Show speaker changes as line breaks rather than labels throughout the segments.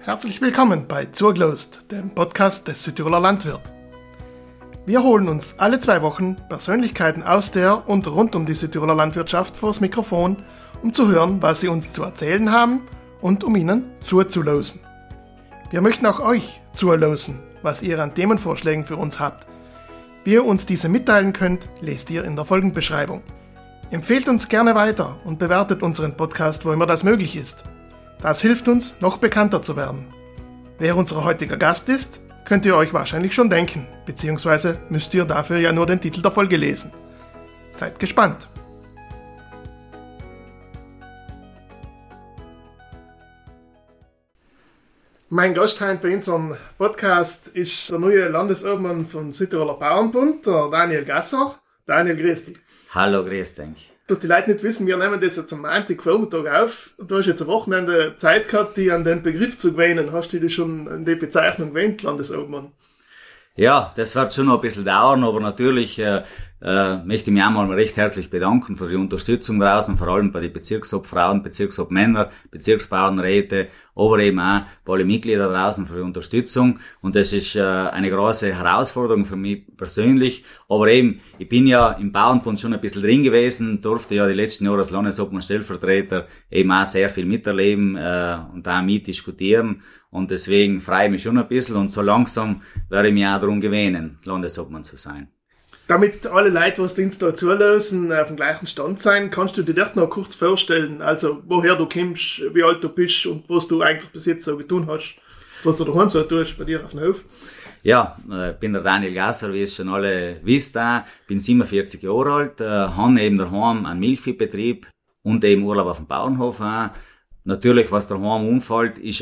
Herzlich willkommen bei Zurglost, dem Podcast des Südtiroler Landwirt. Wir holen uns alle 2 Wochen Persönlichkeiten aus der und rund um die Südtiroler Landwirtschaft vors Mikrofon, um zu hören, was sie uns zu erzählen haben und um ihnen zuzulosen. Wir möchten auch euch zulosen, was ihr an Themenvorschlägen für uns habt. Wie ihr uns diese mitteilen könnt, lest ihr in der Folgenbeschreibung. Empfehlt uns gerne weiter und bewertet unseren Podcast, wo immer das möglich ist. Das hilft uns, noch bekannter zu werden. Wer unser heutiger Gast ist, könnt ihr euch wahrscheinlich schon denken, beziehungsweise müsst ihr dafür ja nur den Titel der Folge lesen. Seid gespannt! Mein Gast heute bei unserem Podcast ist der neue Landesobmann vom Südtiroler Bauernbund, der Daniel Gasser. Daniel, grüß dich.
Hallo, grüß dich.
Was die Leute nicht wissen, wir nehmen das jetzt am Montagvormittag auf. Du hast jetzt am Wochenende Zeit gehabt, dich an den Begriff zu gewöhnen. Hast du dich schon an die Bezeichnung gewöhnt, Landesobmann?
Ja, das wird schon noch ein bisschen dauern, aber natürlich möchte ich mich einmal recht herzlich bedanken für die Unterstützung draußen, vor allem bei den Bezirksobfrauen, Bezirksobmänner, Bezirksbauernräte, aber eben auch bei allen Mitgliedern draußen für die Unterstützung. Und das ist eine große Herausforderung für mich persönlich. Aber eben, ich bin ja im Bauernbund schon ein bisschen drin gewesen, durfte ja die letzten Jahre als Landesobmann Stellvertreter eben auch sehr viel miterleben und auch mitdiskutieren. Und deswegen freue ich mich schon ein bisschen und so langsam werde ich mich auch darum gewöhnen, Landesobmann zu sein.
Damit alle Leute, die uns da zulassen, auf dem gleichen Stand sein, kannst du dir das noch kurz vorstellen? Also, woher du kommst, wie alt du bist und was du eigentlich bis jetzt so getan hast, was du daheim so tust, bei dir auf dem Hof?
Ja, ich bin der Daniel Gasser, wie ihr schon alle wisst, bin 47 Jahre alt, habe eben daheim einen Milchviehbetrieb und eben Urlaub auf dem Bauernhof auch. Natürlich, was daheim umfällt, ist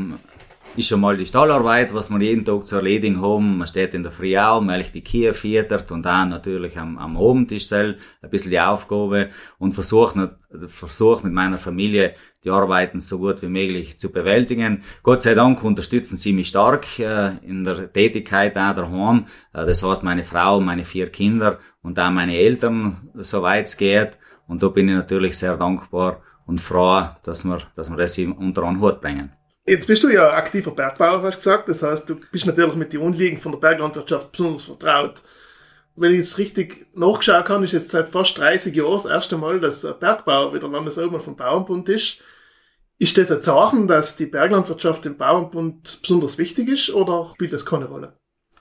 schon mal die Stallarbeit, was wir jeden Tag zu erledigen haben. Man steht in der Früh auf, melkt die Kühe füttert und dann natürlich am Abendtisch ein bisschen die Aufgabe und versucht mit meiner Familie die Arbeiten so gut wie möglich zu bewältigen. Gott sei Dank unterstützen sie mich stark in der Tätigkeit auch daheim. Das heißt, meine Frau, meine 4 Kinder und auch meine Eltern, soweit es geht. Und da bin ich natürlich sehr dankbar und froh, dass wir das unter einen Hut bringen.
Jetzt bist du ja aktiver Bergbauer, hast du gesagt. Das heißt, du bist natürlich mit den Anliegen von der Berglandwirtschaft besonders vertraut. Wenn ich es richtig nachgeschaut habe, ist jetzt seit fast 30 Jahren das erste Mal, dass ein Bergbauer wieder Landesobmann vom Bauernbund ist. Ist das ein Zeichen, dass die Berglandwirtschaft im Bauernbund besonders wichtig ist oder spielt das keine Rolle?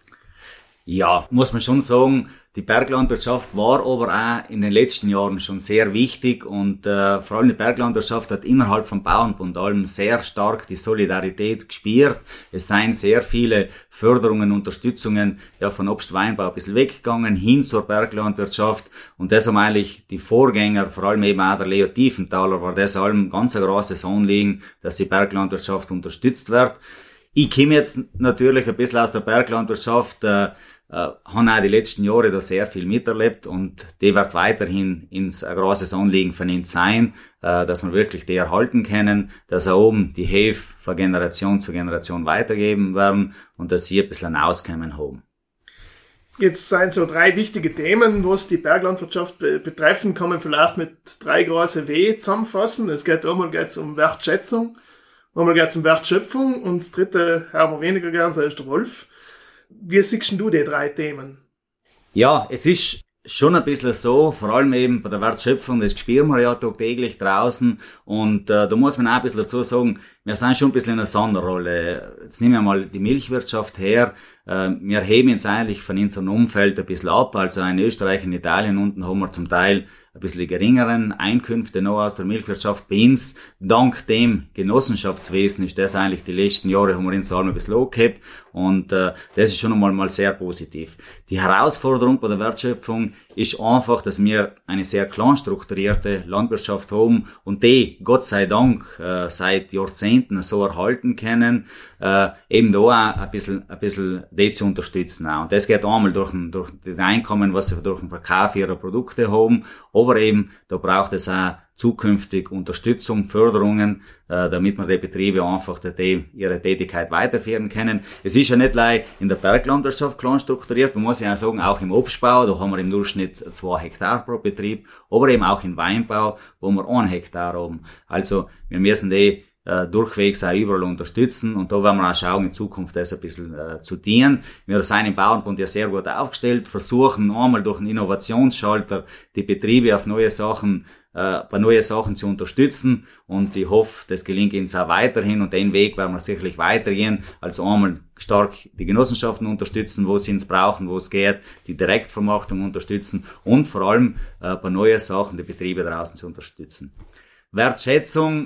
Ja, muss man schon sagen, die Berglandwirtschaft war aber auch in den letzten Jahren schon sehr wichtig und vor allem die Berglandwirtschaft hat innerhalb vom Bauernbund allem sehr stark die Solidarität gespürt. Es seien sehr viele Förderungen, Unterstützungen von Obstweinbau ein bisschen weggegangen hin zur Berglandwirtschaft und das haben eigentlich die Vorgänger, vor allem eben auch der Leo Tiefenthaler, war das allem ganz ein grosses Anliegen, dass die Berglandwirtschaft unterstützt wird. Ich komme jetzt natürlich ein bisschen aus der Berglandwirtschaft, habe auch die letzten Jahre da sehr viel miterlebt und die wird weiterhin ein grosses Anliegen von ihnen sein, dass wir wirklich die erhalten können, dass auch oben die Höfe von Generation zu Generation weitergeben werden und dass sie ein bisschen ein Auskommen haben.
Jetzt sind so 3 wichtige Themen, was die Berglandwirtschaft betreffen, kann man vielleicht mit 3 große W zusammenfassen. Einmal geht's um Wertschätzung, einmal geht's um Wertschöpfung und das dritte haben wir weniger gern, das ist der Wolf. Wie siehst du die 3 Themen?
Ja, es ist schon ein bisschen so, vor allem eben bei der Wertschöpfung, das spüren wir ja tagtäglich draußen und da muss man auch ein bisschen dazu sagen, wir sind schon ein bisschen in einer Sonderrolle. Jetzt nehmen wir mal die Milchwirtschaft her. Wir heben jetzt eigentlich von unserem Umfeld ein bisschen ab. Also in Österreich und Italien unten haben wir zum Teil ein bisschen die geringeren Einkünfte noch aus der Milchwirtschaft. Bei uns, dank dem Genossenschaftswesen, ist das eigentlich die letzten Jahre, haben wir uns da ein bisschen angehabt. Und das ist schon einmal mal sehr positiv. Die Herausforderung bei der Wertschöpfung ist einfach, dass wir eine sehr klein strukturierte Landwirtschaft haben und die, Gott sei Dank, seit Jahrzehnten so erhalten können, eben da auch ein bisschen die zu unterstützen. Auch. Und das geht einmal durch das Einkommen, was sie durch den Verkauf ihrer Produkte haben, aber eben, da braucht es auch zukünftig Unterstützung, Förderungen, damit wir die Betriebe einfach ihre Tätigkeit weiterführen können. Es ist ja nicht gleich in der Berglandwirtschaft klein strukturiert, man muss ja auch sagen, auch im Obstbau, da haben wir im Durchschnitt 2 Hektar pro Betrieb, aber eben auch im Weinbau, wo wir 1 Hektar haben. Also wir müssen die durchwegs auch überall unterstützen. Und da werden wir auch schauen, in Zukunft das ein bisschen zu dienen. Wir sind im Bauernbund ja sehr gut aufgestellt, versuchen einmal durch einen Innovationsschalter die Betriebe auf neue Sachen bei neuen Sachen zu unterstützen, und ich hoffe, das gelingt uns auch weiterhin, und den Weg werden wir sicherlich weitergehen, also einmal stark die Genossenschaften unterstützen, wo sie es brauchen, wo es geht, die Direktvermarktung unterstützen und vor allem bei neuen Sachen die Betriebe draußen zu unterstützen. Wertschätzung,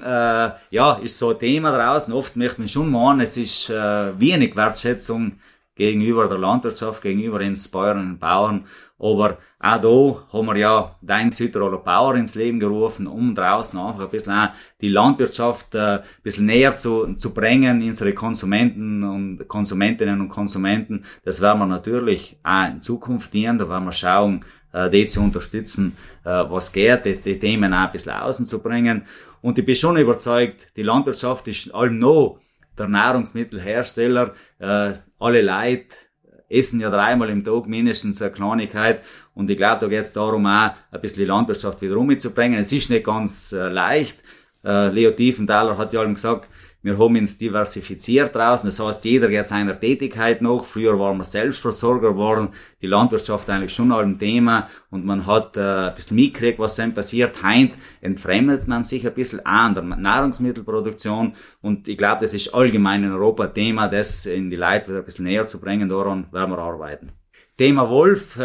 ist so ein Thema draußen. Oft möchte man schon meinen, es ist wenig Wertschätzung gegenüber der Landwirtschaft, gegenüber den Bäuerinnen und Bauern. Aber auch da haben wir ja den Südtiroler Bauer ins Leben gerufen, um draußen einfach ein bisschen auch die Landwirtschaft ein bisschen näher zu bringen, unsere Konsumenten und Konsumentinnen und Konsumenten. Das werden wir natürlich auch in Zukunft dienen. Da werden wir schauen, die zu unterstützen, was geht, die Themen auch ein bisschen außen zu bringen. Und ich bin schon überzeugt, die Landwirtschaft ist allem noch der Nahrungsmittelhersteller. Alle Leute essen ja 3-mal im Tag mindestens eine Kleinigkeit, und ich glaube, da geht es darum, auch ein bisschen die Landwirtschaft wieder umzubringen. Es ist nicht ganz leicht. Leo Tiefenthaler hat ja allem gesagt, wir haben uns diversifiziert draußen. Das heißt, jeder geht seiner Tätigkeit nach. Früher waren wir Selbstversorger geworden. Die Landwirtschaft eigentlich schon ein Thema. Und man hat ein bisschen mitgekriegt, was dann passiert. Heint entfremdet man sich ein bisschen an der Nahrungsmittelproduktion. Und ich glaube, das ist allgemein in Europa ein Thema, das in die Leute wieder ein bisschen näher zu bringen. Daran werden wir arbeiten. Thema Wolf,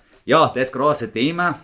das große Thema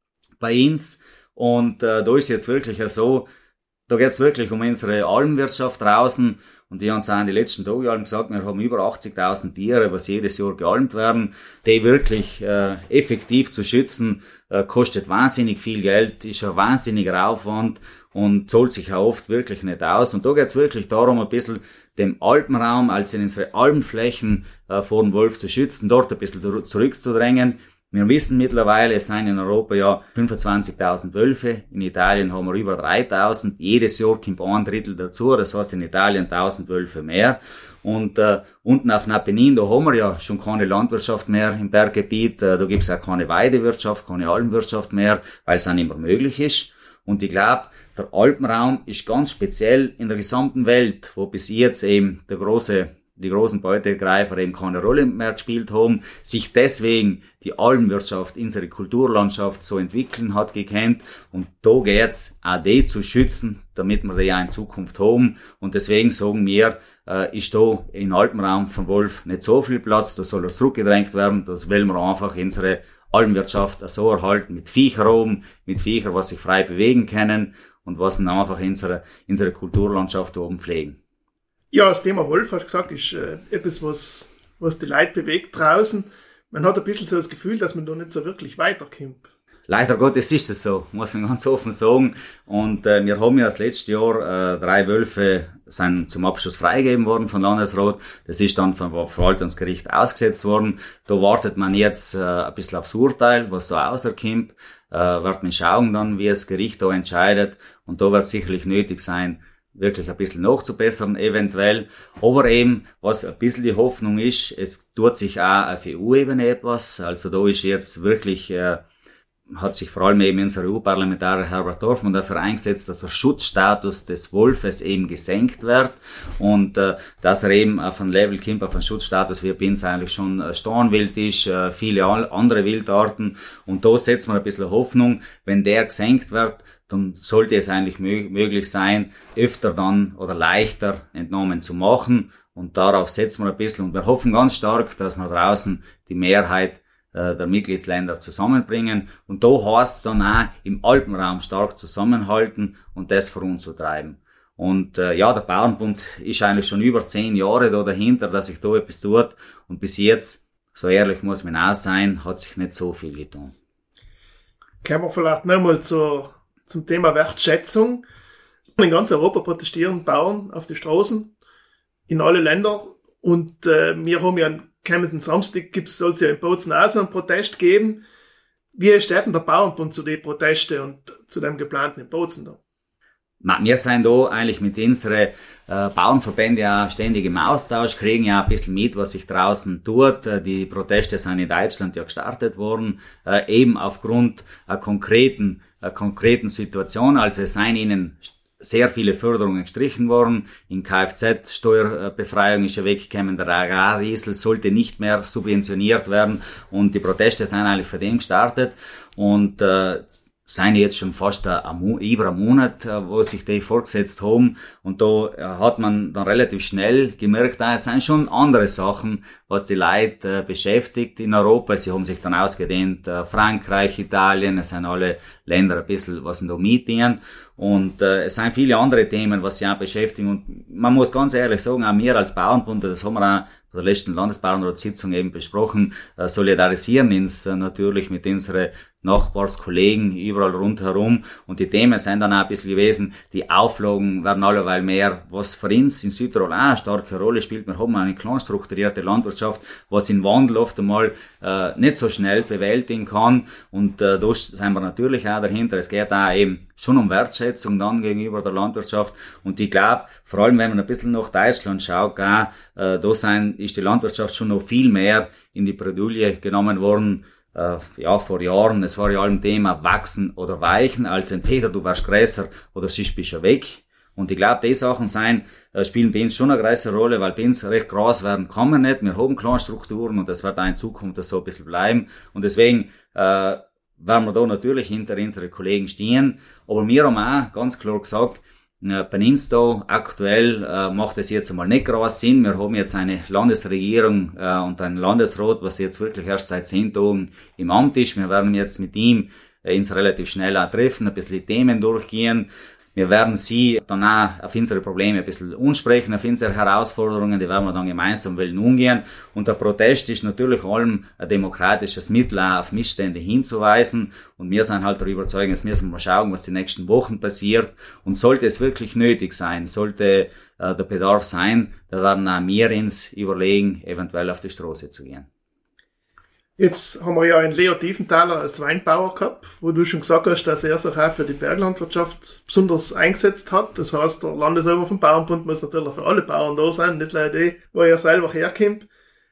bei uns. Und da ist jetzt wirklich so, da geht's wirklich um unsere Almwirtschaft draußen, und die haben es auch in den letzten Tagen gesagt, wir haben über 80.000 Tiere, was jedes Jahr gealmt werden. Die wirklich effektiv zu schützen, kostet wahnsinnig viel Geld, ist ein wahnsinniger Aufwand und zahlt sich auch oft wirklich nicht aus. Und da geht's wirklich darum, ein bisschen dem Alpenraum, also in unsere Almflächen vor dem Wolf zu schützen, dort ein bisschen zurückzudrängen. Wir wissen mittlerweile, es sind in Europa ja 25.000 Wölfe. In Italien haben wir über 3.000. Jedes Jahr kommt ein Drittel dazu. Das heißt, in Italien 1.000 Wölfe mehr. Und unten auf dem Apennin, da haben wir ja schon keine Landwirtschaft mehr im Berggebiet. Da gibt's auch keine Weidewirtschaft, keine Almwirtschaft mehr, weil es auch nicht mehr möglich ist. Und ich glaube, der Alpenraum ist ganz speziell in der gesamten Welt, wo bis jetzt eben die großen Beutegreifer eben keine Rolle mehr gespielt haben, sich deswegen die Almwirtschaft, unsere Kulturlandschaft so entwickeln hat gekannt, und da geht's auch die zu schützen, damit wir die auch in Zukunft haben, und deswegen sagen wir, ist da im Alpenraum vom Wolf nicht so viel Platz, da soll er zurückgedrängt werden, das wollen wir einfach unsere Almwirtschaft so erhalten, mit Viecher oben, mit Viecher, was sich frei bewegen können und was dann einfach unsere Kulturlandschaft oben pflegen.
Ja, das Thema Wolf, hast du gesagt, ist etwas, was die Leute bewegt draußen. Man hat ein bisschen so das Gefühl, dass man da nicht so wirklich weiterkommt.
Leider Gottes ist es so, muss man ganz offen sagen. Und wir haben ja das letzte Jahr 3 Wölfe sind zum Abschluss freigegeben worden von Landesrat. Das ist dann vom Verwaltungsgericht ausgesetzt worden. Da wartet man jetzt ein bisschen aufs Urteil, was da rauskommt. Wird man schauen dann, wie das Gericht da entscheidet. Und da wird sicherlich nötig sein, wirklich ein bisschen nachzubessern, eventuell. Aber eben, was ein bisschen die Hoffnung ist, es tut sich auch auf EU-Ebene etwas. Also da ist jetzt wirklich, hat sich vor allem eben unser EU-Parlamentarier Herbert Dorfmann dafür eingesetzt, dass der Schutzstatus des Wolfes eben gesenkt wird, und dass er eben auf ein Level kommt, auf einen Schutzstatus, wie bei uns eigentlich schon Stornwild ist, viele andere Wildarten. Und da setzt man ein bisschen Hoffnung, wenn der gesenkt wird, dann sollte es eigentlich möglich sein, öfter dann oder leichter Entnahmen zu machen. Und darauf setzen wir ein bisschen. Und wir hoffen ganz stark, dass wir draußen die Mehrheit der Mitgliedsländer zusammenbringen. Und da heißt es dann auch, im Alpenraum stark zusammenhalten und das voranzutreiben. Und der Bauernbund ist eigentlich schon über 10 Jahre da dahinter, dass sich da etwas tut. Und bis jetzt, so ehrlich muss man auch sein, hat sich nicht so viel getan.
Kommen wir vielleicht nochmal zum Thema Wertschätzung. In ganz Europa protestieren Bauern auf die Straßen, in alle Länder. Und wir haben ja am kommenden Samstag soll es ja in Bozen auch so einen Protest geben. Wie steht denn der Bauernbund zu den Protesten und zu dem geplanten in Bozen da?
Wir sind da eigentlich mit unseren Bauernverbänden ja ständig im Austausch, kriegen ja ein bisschen mit, was sich draußen tut. Die Proteste sind in Deutschland ja gestartet worden, eben aufgrund einer konkreten Situation. Also es sind ihnen sehr viele Förderungen gestrichen worden. In Kfz-Steuerbefreiung ist ja weggekommen. Der Agrardiesel sollte nicht mehr subventioniert werden. Und die Proteste sind eigentlich von dem gestartet. Und sind jetzt schon fast über einen Monat, wo sich die vorgesetzt haben. Und da hat man dann relativ schnell gemerkt, es sind schon andere Sachen, was die Leute beschäftigt in Europa. Sie haben sich dann ausgedehnt, Frankreich, Italien, es sind alle Länder ein bisschen, was da mitdienen. Und es sind viele andere Themen, was sie auch beschäftigen. Und man muss ganz ehrlich sagen, auch wir als Bauernbund, das haben wir auch bei der letzten Landesbauernratssitzung eben besprochen, solidarisieren uns natürlich mit unseren Nachbarskollegen überall rundherum. Und die Themen sind dann auch ein bisschen gewesen, die Auflagen werden alleweil mehr, was für uns in Südtirol auch eine starke Rolle spielt. Wir haben eine klein strukturierte Landwirtschaft, was in Wandel oft einmal nicht so schnell bewältigen kann. Und da sind wir natürlich auch dahinter. Es geht auch eben schon um Wertschätzung dann gegenüber der Landwirtschaft. Und ich glaube, vor allem wenn man ein bisschen nach Deutschland schaut, da ist die Landwirtschaft schon noch viel mehr in die Bredouille genommen worden, vor Jahren. Es war ja allem Thema wachsen oder weichen, also entweder du warst größer oder sonst bist du weg. Und ich glaube, die Sachen spielen bei uns schon eine größere Rolle, weil bei uns recht groß werden kann man nicht. Wir haben kleine Strukturen und das wird auch in Zukunft so ein bisschen bleiben. Und deswegen werden wir da natürlich hinter unsere Kollegen stehen. Aber wir haben auch ganz klar gesagt, bei uns da aktuell macht es jetzt einmal nicht groß Sinn. Wir haben jetzt eine Landesregierung und einen Landesrat, was jetzt wirklich erst seit 10 Tagen im Amt ist. Wir werden jetzt mit ihm uns relativ schnell auch treffen, ein bisschen Themen durchgehen. Wir werden sie dann auch auf unsere Probleme ein bisschen ansprechen, auf unsere Herausforderungen, die werden wir dann gemeinsam umgehen. Und der Protest ist natürlich allem ein demokratisches Mittel, auch auf Missstände hinzuweisen. Und wir sind halt darüber überzeugt, jetzt müssen wir mal schauen, was die nächsten Wochen passiert. Und sollte es wirklich nötig sein, sollte der Bedarf sein, da werden auch wir uns überlegen, eventuell auf die Straße zu gehen.
Jetzt haben wir ja einen Leo Tiefenthaler als Weinbauer gehabt, wo du schon gesagt hast, dass er sich auch für die Berglandwirtschaft besonders eingesetzt hat. Das heißt, der Landesober vom Bauernbund muss natürlich für alle Bauern da sein, nicht nur die, wo er selber herkommt.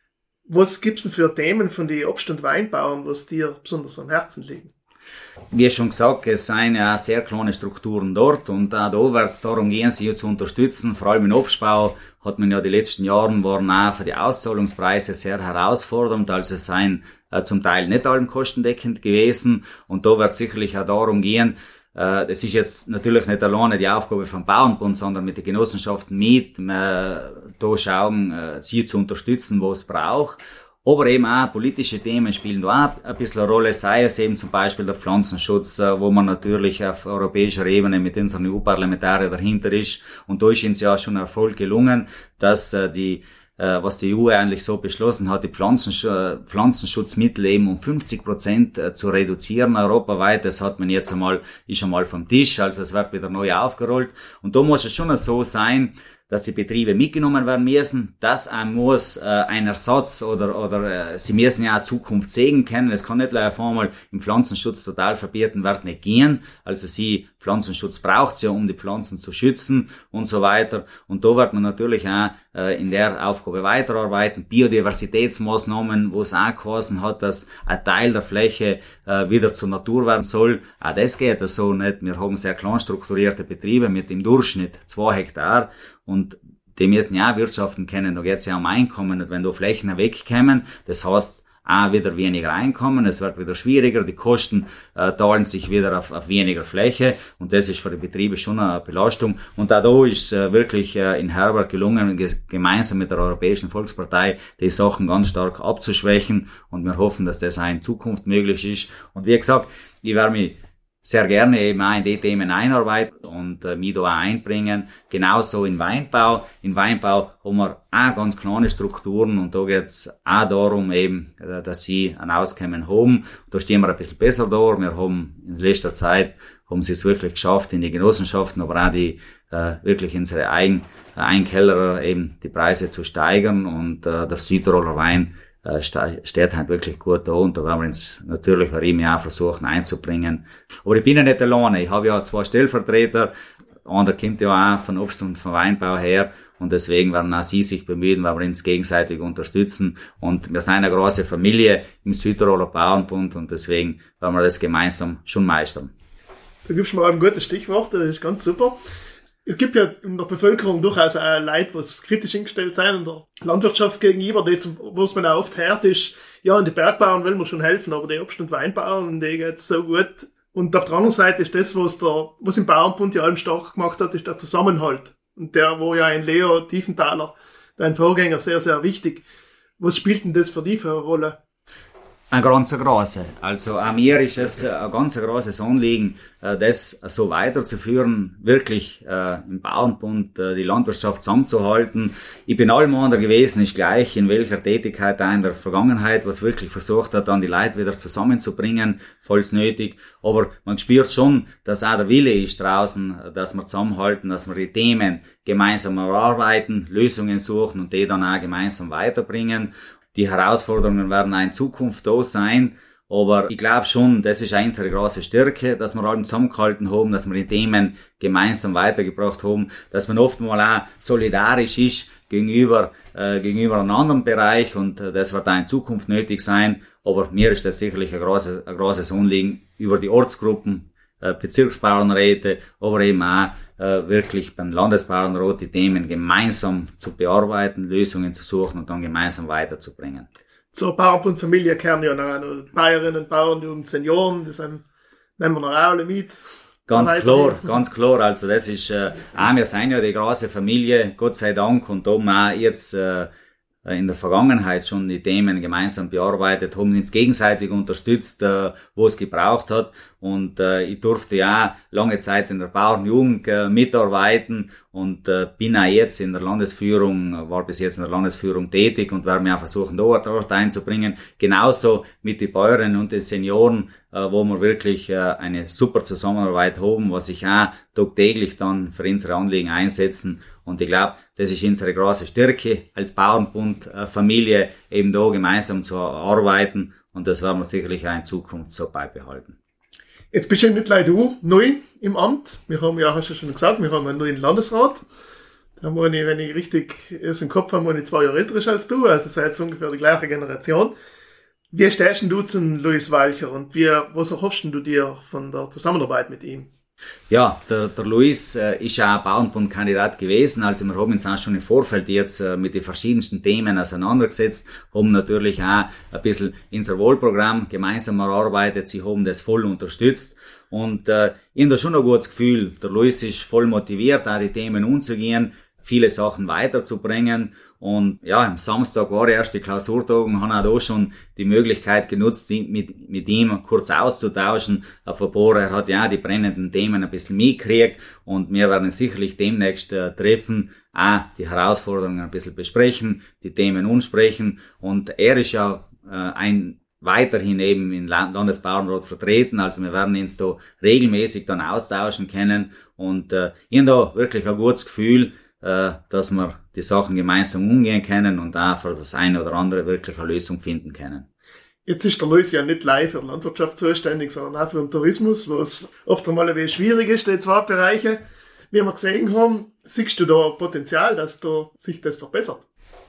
Was gibt's denn für Themen von den Obst- und Weinbauern, was dir besonders am Herzen liegen?
Wie schon gesagt, es sind ja sehr kleine Strukturen dort und da wird es darum gehen, sie zu unterstützen. Vor allem im Obstbau hat man ja die letzten Jahre waren auch für die Auszahlungspreise sehr herausfordernd, also es seien zum Teil nicht allem kostendeckend gewesen und da wird es sicherlich auch darum gehen, das ist jetzt natürlich nicht alleine die Aufgabe vom Bauernbund, sondern mit den Genossenschaften da schauen, sie zu unterstützen, wo es braucht. Aber eben auch politische Themen spielen da auch ein bisschen eine Rolle, sei es eben zum Beispiel der Pflanzenschutz, wo man natürlich auf europäischer Ebene mit unseren EU-Parlamentariern dahinter ist. Und da ist uns ja schon Erfolg gelungen, dass was die EU eigentlich so beschlossen hat, die Pflanzenschutzmittel eben um 50% zu reduzieren europaweit. Das hat man jetzt ist einmal vom Tisch, also es wird wieder neu aufgerollt. Und da muss es schon so sein, dass die Betriebe mitgenommen werden müssen, dass muss ein Ersatz oder sie müssen ja auch Zukunft sehen können. Es kann nicht auf einmal im Pflanzenschutz total verbieten werden, nicht gehen. Also Pflanzenschutz braucht es ja, um die Pflanzen zu schützen und so weiter. Und da wird man natürlich auch in der Aufgabe weiterarbeiten. Biodiversitätsmaßnahmen, wo es auch geheißen hat, dass ein Teil der Fläche wieder zur Natur werden soll. Auch das geht so nicht. Wir haben sehr klein strukturierte Betriebe mit im Durchschnitt 2 Hektar. Und die müssen ja auch wirtschaften können, da geht es ja um Einkommen. Und wenn da Flächen wegkommen, das heißt auch wieder weniger Einkommen, es wird wieder schwieriger, die Kosten teilen sich wieder auf weniger Fläche und das ist für die Betriebe schon eine Belastung. Und auch da ist wirklich in Herbert gelungen, gemeinsam mit der Europäischen Volkspartei die Sachen ganz stark abzuschwächen und wir hoffen, dass das auch in Zukunft möglich ist. Und wie gesagt, ich werde mich sehr gerne eben auch in die Themen einarbeiten und mich da auch einbringen. Genauso in Weinbau. In Weinbau haben wir auch ganz kleine Strukturen und da geht's auch darum eben, dass sie ein Auskommen haben. Da stehen wir ein bisschen besser da. Wir haben in letzter Zeit sie es wirklich geschafft in die Genossenschaften, aber auch die wirklich in unsere Einkellerer eben die Preise zu steigern und das Südtiroler Wein steht halt wirklich gut da und da werden wir uns natürlich auch versuchen einzubringen. Aber ich bin ja nicht alleine, ich habe ja 2 Stellvertreter, einer kommt ja auch von Obst- und von Weinbau her und deswegen werden auch sie sich bemühen, weil wir uns gegenseitig unterstützen und wir sind eine große Familie im Südtiroler Bauernbund und deswegen werden wir das gemeinsam schon meistern.
Da gibst du mir ein gutes Stichwort, das ist ganz super. Es gibt ja in der Bevölkerung durchaus auch Leute, die kritisch eingestellt sind und der Landwirtschaft gegenüber, wo es man auch oft hört, ist, ja, und die Bergbauern will man schon helfen, aber die Obst- und Weinbauern, die geht's so gut. Und auf der anderen Seite ist das, was im Bauernbund ja allem stark gemacht hat, ist der Zusammenhalt. Und der, wo ja ein Leo Tiefenthaler, dein Vorgänger, sehr, sehr wichtig. Was spielt denn das für die für eine Rolle?
Ein ganz große. Also auch mir ist es ein ganz großes Anliegen, das so weiterzuführen, wirklich im Bauernbund die Landwirtschaft zusammenzuhalten. Ich bin allem anderen gewesen, ist gleich in welcher Tätigkeit da in der Vergangenheit, was wirklich versucht hat, dann die Leute wieder zusammenzubringen, falls nötig. Aber man spürt schon, dass auch der Wille ist draußen, dass wir zusammenhalten, dass wir die Themen gemeinsam erarbeiten, Lösungen suchen und die dann auch gemeinsam weiterbringen. Die Herausforderungen werden auch in Zukunft da sein, aber ich glaube schon, das ist unsere große Stärke, dass wir alle zusammengehalten haben, dass wir die Themen gemeinsam weitergebracht haben, dass man oft mal auch solidarisch ist gegenüber einem anderen Bereich und das wird auch in Zukunft nötig sein, aber mir ist das sicherlich ein großes Anliegen über die Ortsgruppen, Bezirksbauernräte, aber eben auch wirklich beim Landesbauernrat die Themen gemeinsam zu bearbeiten, Lösungen zu suchen und dann gemeinsam weiterzubringen.
Zur Bauernbundfamilie kehren ja noch Bäuerinnen, Bauern und Senioren, das nehmen wir noch alle mit.
Ganz klar. Also das ist, wir sind ja die große Familie, Gott sei Dank, und da haben wir auch jetzt in der Vergangenheit schon die Themen gemeinsam bearbeitet, haben uns gegenseitig unterstützt, wo es gebraucht hat. Und ich durfte ja lange Zeit in der Bauernjugend mitarbeiten und bin auch jetzt in der Landesführung, war bis jetzt in der Landesführung tätig und werde mir auch versuchen, dort einzubringen. Genauso mit den Bäuerinnen und den Senioren, wo wir wirklich eine super Zusammenarbeit haben, was sich auch tagtäglich dann für unsere Anliegen einsetzen. Und ich glaube, das ist unsere große Stärke als Bauernbund, Familie, eben da gemeinsam zu arbeiten. Und das werden wir sicherlich auch in Zukunft so beibehalten.
Jetzt bist du nicht gleich du neu im Amt. Wir haben ja, hast du schon gesagt, wir haben einen neuen Landesrat. Da haben wir, wenn ich richtig es im Kopf habe, ich 2 Jahre älter ist als du, also seid ihr ungefähr die gleiche Generation. Wie stehst du zum Luis Walcher und was erhoffst du dir von der Zusammenarbeit mit ihm?
Ja, der Luis ist ja auch Bauernbundkandidat gewesen, also wir haben uns auch schon im Vorfeld jetzt mit den verschiedensten Themen auseinandergesetzt, haben natürlich auch ein bisschen unser Wahlprogramm gemeinsam erarbeitet, sie haben das voll unterstützt und ich habe da schon ein gutes Gefühl, der Luis ist voll motiviert, auch die Themen umzugehen, viele Sachen weiterzubringen. Und ja, am Samstag war die erste Klausurtagung, haben auch da schon die Möglichkeit genutzt, mit ihm kurz auszutauschen. Auf ein paar, er hat ja die brennenden Themen ein bisschen mitgekriegt und wir werden sicherlich demnächst treffen, auch die Herausforderungen ein bisschen besprechen, die Themen ansprechen. Und er ist ja weiterhin eben im Landesbauernrat vertreten, also wir werden uns da regelmäßig dann austauschen können. Und ich habe da wirklich ein gutes Gefühl, dass wir die Sachen gemeinsam umgehen können und auch für das eine oder andere wirklich eine Lösung finden können.
Jetzt ist der Luis ja nicht live für die Landwirtschaft zuständig, sondern auch für den Tourismus, was oft einmal ein wenig schwierig ist, die 2 Bereiche. Wie wir gesehen haben, siehst du da Potenzial, dass da sich das verbessert?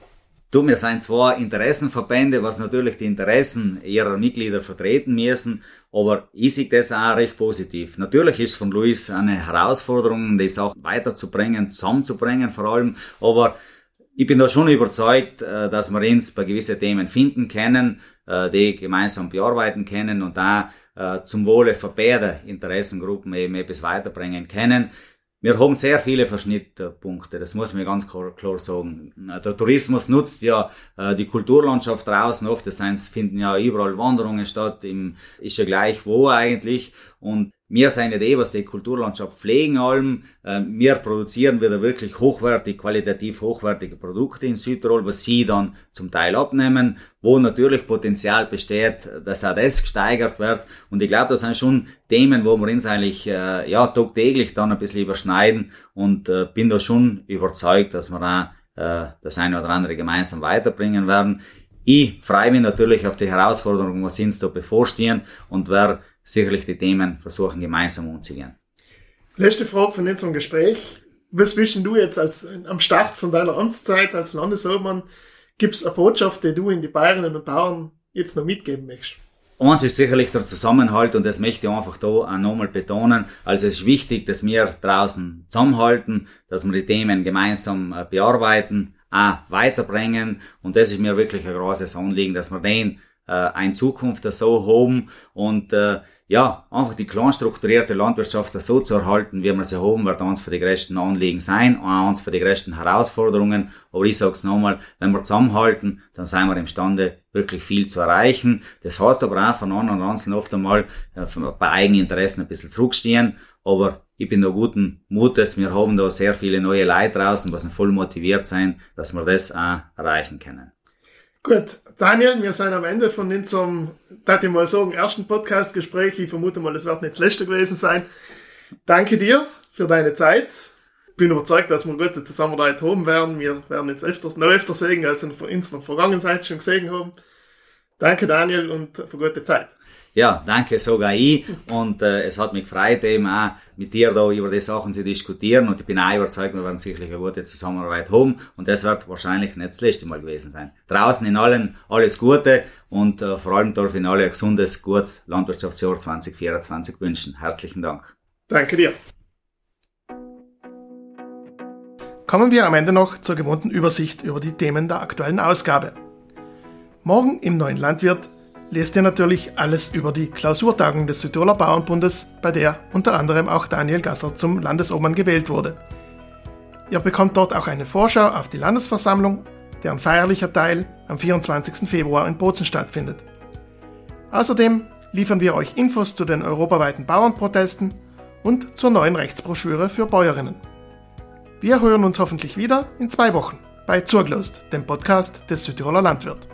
Wir sind zwar Interessenverbände, was natürlich die Interessen ihrer Mitglieder vertreten müssen, aber ich sehe das auch recht positiv. Natürlich ist von Luis eine Herausforderung, die Sachen weiterzubringen, zusammenzubringen vor allem, aber ich bin da schon überzeugt, dass wir uns bei gewissen Themen finden können, die gemeinsam bearbeiten können und da zum Wohle von beiden Interessengruppen eben etwas weiterbringen können. Wir haben sehr viele Verschnittpunkte, das muss man ganz klar sagen. Der Tourismus nutzt ja die Kulturlandschaft draußen oft, finden ja überall Wanderungen statt, ist ja gleich wo eigentlich. Und wir sind ja die, was die Kulturlandschaft pflegen allem. Wir produzieren wieder wirklich qualitativ hochwertige Produkte in Südtirol, was sie dann zum Teil abnehmen, wo natürlich Potenzial besteht, dass auch das gesteigert wird. Und ich glaube, das sind schon Themen, wo wir uns eigentlich tagtäglich dann ein bisschen überschneiden und bin da schon überzeugt, dass wir auch das eine oder andere gemeinsam weiterbringen werden. Ich freue mich natürlich auf die Herausforderungen, was uns da bevorstehen und werde sicherlich die Themen versuchen gemeinsam umzugehen.
Letzte Frage von unserem Gespräch. Was willst du jetzt am Start von deiner Amtszeit als Landesobmann, gibt es eine Botschaft, die du in die Bäuerinnen und Bauern jetzt noch mitgeben möchtest?
Eins ist sicherlich der Zusammenhalt und das möchte ich einfach da auch nochmal betonen. Also es ist wichtig, dass wir draußen zusammenhalten, dass wir die Themen gemeinsam bearbeiten, auch weiterbringen und das ist mir wirklich ein großes Anliegen, dass wir den in Zukunft so haben und einfach die klein strukturierte Landwirtschaft so zu erhalten, wie wir sie haben, wird eins von den größten Anliegen sein, auch eins von den größten Herausforderungen. Aber ich sag's nochmal, wenn wir zusammenhalten, dann sind wir imstande, wirklich viel zu erreichen. Das heißt aber auch von anderen Einzelnen oft einmal bei Eigeninteressen ein bisschen zurückstehen. Aber ich bin da guten Mutes. Wir haben da sehr viele neue Leute draußen, die voll motiviert sein, dass wir das auch erreichen können.
Gut, Daniel, wir sind am Ende von unserem, darf ich mal sagen, ersten Podcast-Gespräch. Ich vermute mal, es wird nicht das letzte gewesen sein. Danke dir für deine Zeit. Ich bin überzeugt, dass wir gute Zusammenarbeit haben werden. Wir werden jetzt noch öfter sehen, als wir in der Vergangenheit schon gesehen haben. Danke, Daniel, und für gute Zeit.
Ja, danke sogar ich und es hat mich gefreut, eben auch mit dir da über die Sachen zu diskutieren und ich bin auch überzeugt, wir werden sicherlich eine gute Zusammenarbeit haben und das wird wahrscheinlich nicht das letzte Mal gewesen sein. Draußen in allen alles Gute und vor allem darf ich Ihnen alle ein gesundes, gutes Landwirtschaftsjahr 2024 wünschen. Herzlichen Dank.
Danke dir. Kommen wir am Ende noch zur gewohnten Übersicht über die Themen der aktuellen Ausgabe. Morgen im Neuen Landwirt lest ihr natürlich alles über die Klausurtagung des Südtiroler Bauernbundes, bei der unter anderem auch Daniel Gasser zum Landesobmann gewählt wurde. Ihr bekommt dort auch eine Vorschau auf die Landesversammlung, deren feierlicher Teil am 24. Februar in Bozen stattfindet. Außerdem liefern wir euch Infos zu den europaweiten Bauernprotesten und zur neuen Rechtsbroschüre für Bäuerinnen. Wir hören uns hoffentlich wieder in 2 Wochen bei Zurglost, dem Podcast des Südtiroler Landwirt.